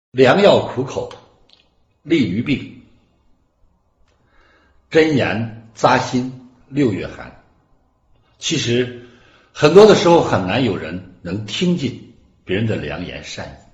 良药苦口利于病，真言扎心六月寒。其实很多的时候很难有人能听进别人的良言善意，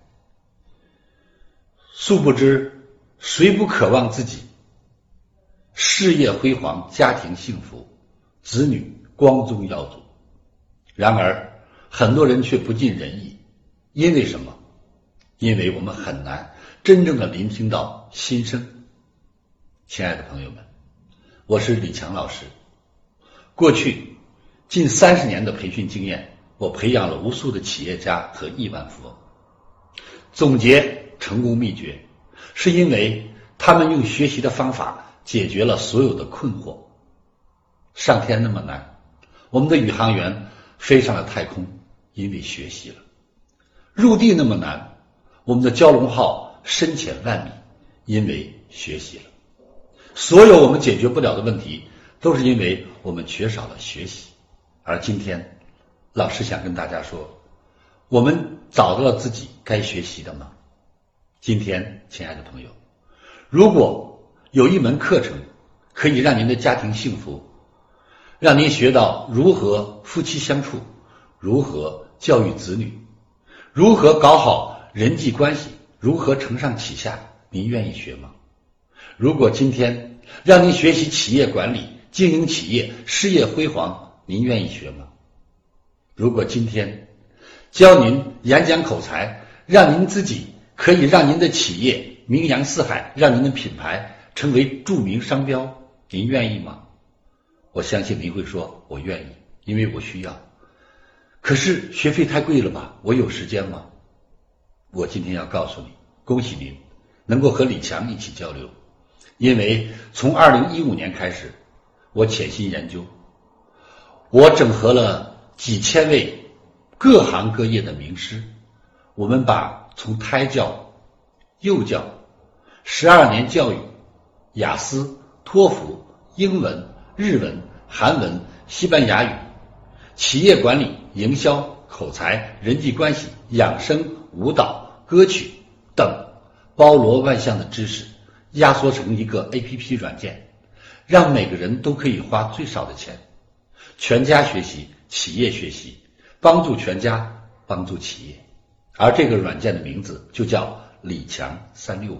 殊不知谁不渴望自己事业辉煌，家庭幸福，子女光宗耀祖。然而很多人却不尽人意，因为什么？因为我们很难真正的聆听到心声。亲爱的朋友们，我是李强老师。过去近30年的培训经验，我培养了无数的企业家和亿万富翁。总结成功秘诀，是因为他们用学习的方法解决了所有的困惑。上天那么难，我们的宇航员飞上了太空，因为学习了；入地那么难，我们的蛟龙号深潜万米，因为学习了。所有我们解决不了的问题，都是因为我们缺少了学习。而今天老师想跟大家说，我们找到了自己该学习的吗？今天亲爱的朋友，如果有一门课程可以让您的家庭幸福，让您学到如何夫妻相处，如何教育子女，如何搞好人际关系，如何承上启下，您愿意学吗？如果今天让您学习企业管理，经营企业，事业辉煌，您愿意学吗？如果今天教您演讲口才，让您自己可以让您的企业名扬四海，让您的品牌成为著名商标，您愿意吗？我相信您会说我愿意，因为我需要。可是学费太贵了吧，我有时间吗？我今天要告诉你，恭喜您能够和李强一起交流。因为从2015年开始，我潜心研究，我整合了几千位各行各业的名师，我们把从胎教、幼教、12年教育、雅思、托福、英文、日文、韩文、西班牙语、企业管理、营销、口才、人际关系、养生、舞蹈、歌曲等包罗万象的知识，压缩成一个 APP 软件，让每个人都可以花最少的钱，全家学习，企业学习，帮助全家，帮助企业。而这个软件的名字就叫李强365，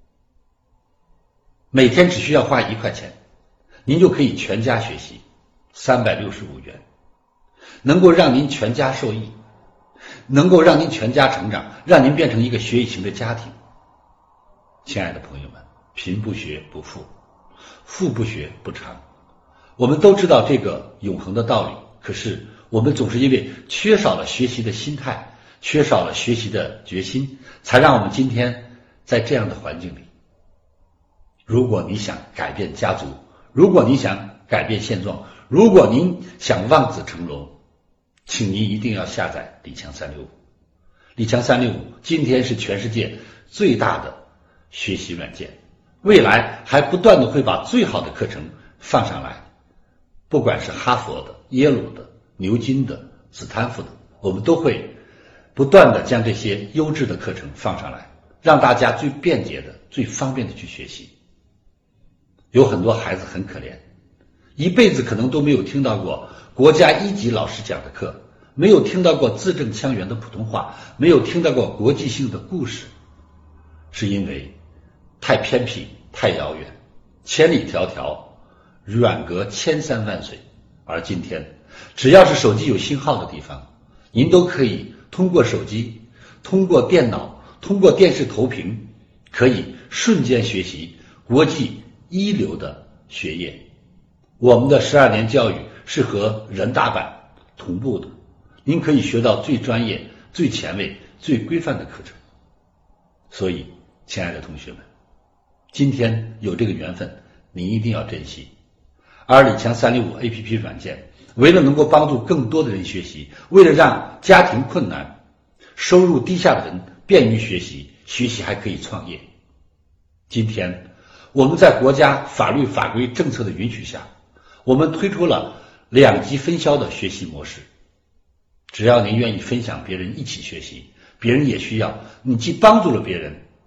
每天只需要花1块钱，您就可以全家学习365元，能够让您全家受益，能够让您全家成长，让您变成一个学习型的家庭。亲爱的朋友们，贫不学不富，富不学不长。我们都知道这个永恒的道理，可是我们总是因为缺少了学习的心态，缺少了学习的决心，才让我们今天在这样的环境里。如果你想改变家族，如果你想改变现状，如果您想望子成龙，请您一定要下载李强365。李强365今天是全世界最大的学习软件，未来还不断的会把最好的课程放上来，不管是哈佛的、耶鲁的、牛津的、斯坦福的，我们都会不断的将这些优质的课程放上来，让大家最便捷的、最方便的去学习。有很多孩子很可怜，一辈子可能都没有听到过国家1级老师讲的课，没有听到过字正腔圆的普通话，没有听到过国际性的故事，是因为太偏僻，太遥远，千里迢迢，远隔千山万水。而今天只要是手机有信号的地方，您都可以通过手机，通过电脑，通过电视投屏，可以瞬间学习国际一流的学业。我们的12年教育是和人大版同步的，您可以学到最专业、最前卫、最规范的课程。所以亲爱的同学们，今天有这个缘分，你一定要珍惜。而李强365 APP 软件，为了能够帮助更多的人学习，为了让家庭困难、收入低下的人便于学习，学习还可以创业。今天我们在国家法律法规政策的允许下，我们推出了2级分销的学习模式。只要您愿意分享别人一起学习，别人也需要，你既帮助了别人，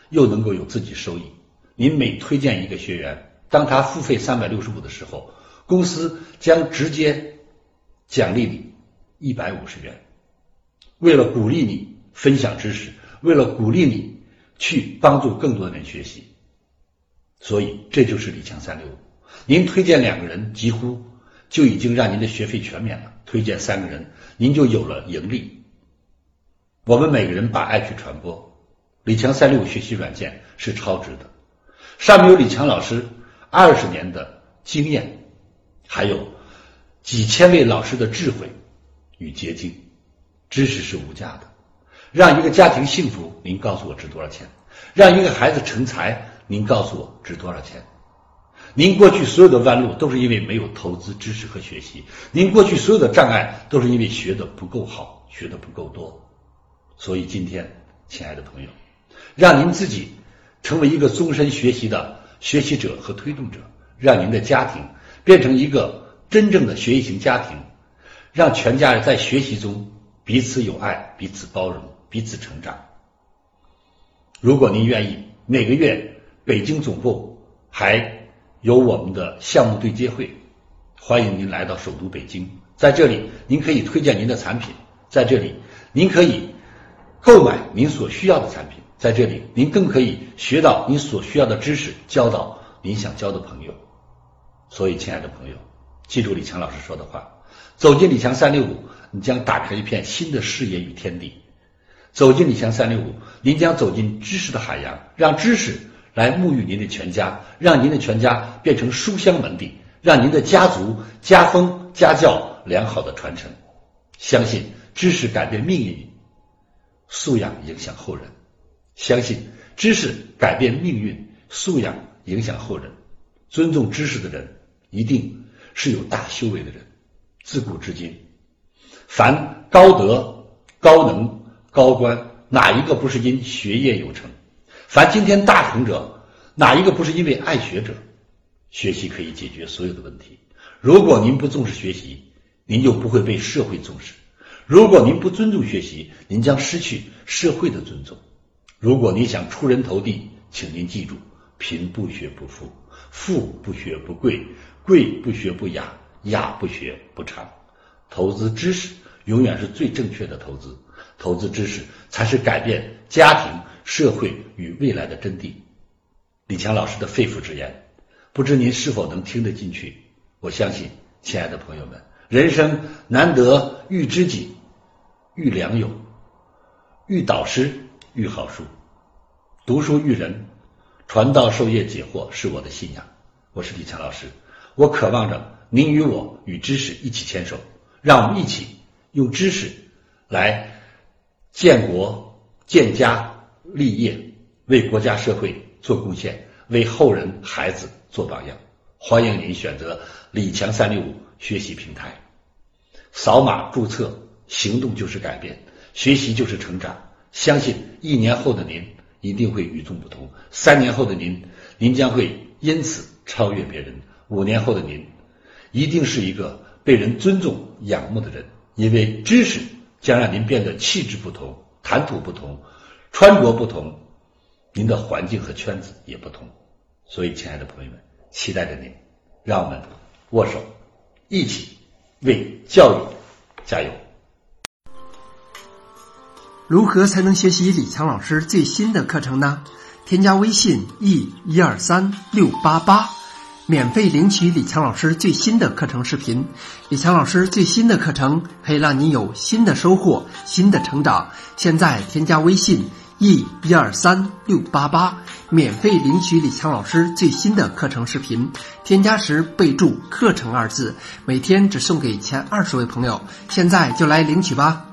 又能够有自己收益。您每推荐一个学员，当他付费365的时候，公司将直接奖励你150元。为了鼓励你分享知识，为了鼓励你去帮助更多的人学习，所以这就是李强365。您推荐2个人，几乎就已经让您的学费全免了，推荐3个人，您就有了盈利。我们每个人把爱去传播，李强365学习软件是超值的，上面有李强老师20年的经验，还有几千位老师的智慧与结晶。知识是无价的，让一个家庭幸福，您告诉我值多少钱？让一个孩子成才，您告诉我值多少钱？您过去所有的弯路都是因为没有投资知识和学习，您过去所有的障碍都是因为学得不够好，学得不够多。所以今天，亲爱的朋友，让您自己成为一个终身学习的学习者和推动者，让您的家庭变成一个真正的学习型家庭，让全家人在学习中彼此有爱，彼此包容，彼此成长。如果您愿意，每个月北京总部还有我们的项目对接会，欢迎您来到首都北京。在这里您可以推荐您的产品，在这里您可以购买您所需要的产品，在这里您更可以学到您所需要的知识，交到您想交的朋友。所以亲爱的朋友，记住李强老师说的话，走进李强365，你将打开一片新的视野与天地。走进李强365，您将走进知识的海洋，让知识来沐浴您的全家，让您的全家变成书香门第，让您的家族家风家教良好的传承。相信知识改变命运，素养影响后人。相信知识改变命运，素养影响后人。尊重知识的人一定是有大修为的人。自古至今，凡高德、高能、高官，哪一个不是因学业有成？凡今天大成者，哪一个不是因为爱学者？学习可以解决所有的问题。如果您不重视学习，您就不会被社会重视；如果您不尊重学习，您将失去社会的尊重。如果您想出人头地，请您记住：贫不学不富，富不学不贵，贵不学不雅，雅不学不长。投资知识永远是最正确的投资，投资知识才是改变家庭、社会与未来的真谛。李强老师的肺腑之言，不知您是否能听得进去？我相信，亲爱的朋友们，人生难得遇知己，遇良友，遇导师，遇好书。读书育人，传道授业解惑是我的信仰。我是李强老师，我渴望着您与我与知识一起牵手，让我们一起用知识来建国、建家、立业，为国家社会做贡献，为后人孩子做榜样。欢迎您选择李强365学习平台，扫码注册，行动就是改变，学习就是成长。相信1年后的您一定会与众不同，3年后的您将会因此超越别人，5年后的您一定是一个被人尊重仰慕的人，因为知识将让您变得气质不同，谈吐不同，穿着不同，您的环境和圈子也不同。所以亲爱的朋友们，期待着您，让我们握手，一起为教育加油。 如何才能学习李强老师最新的课程呢？添加微信 E123688，免费领取李强老师最新的课程视频。李强老师最新的课程可以让您有新的收获，新的成长。现在添加微信 E123688，免费领取李强老师最新的课程视频。添加时备注课程2字，每天只送给前20位朋友。现在就来领取吧。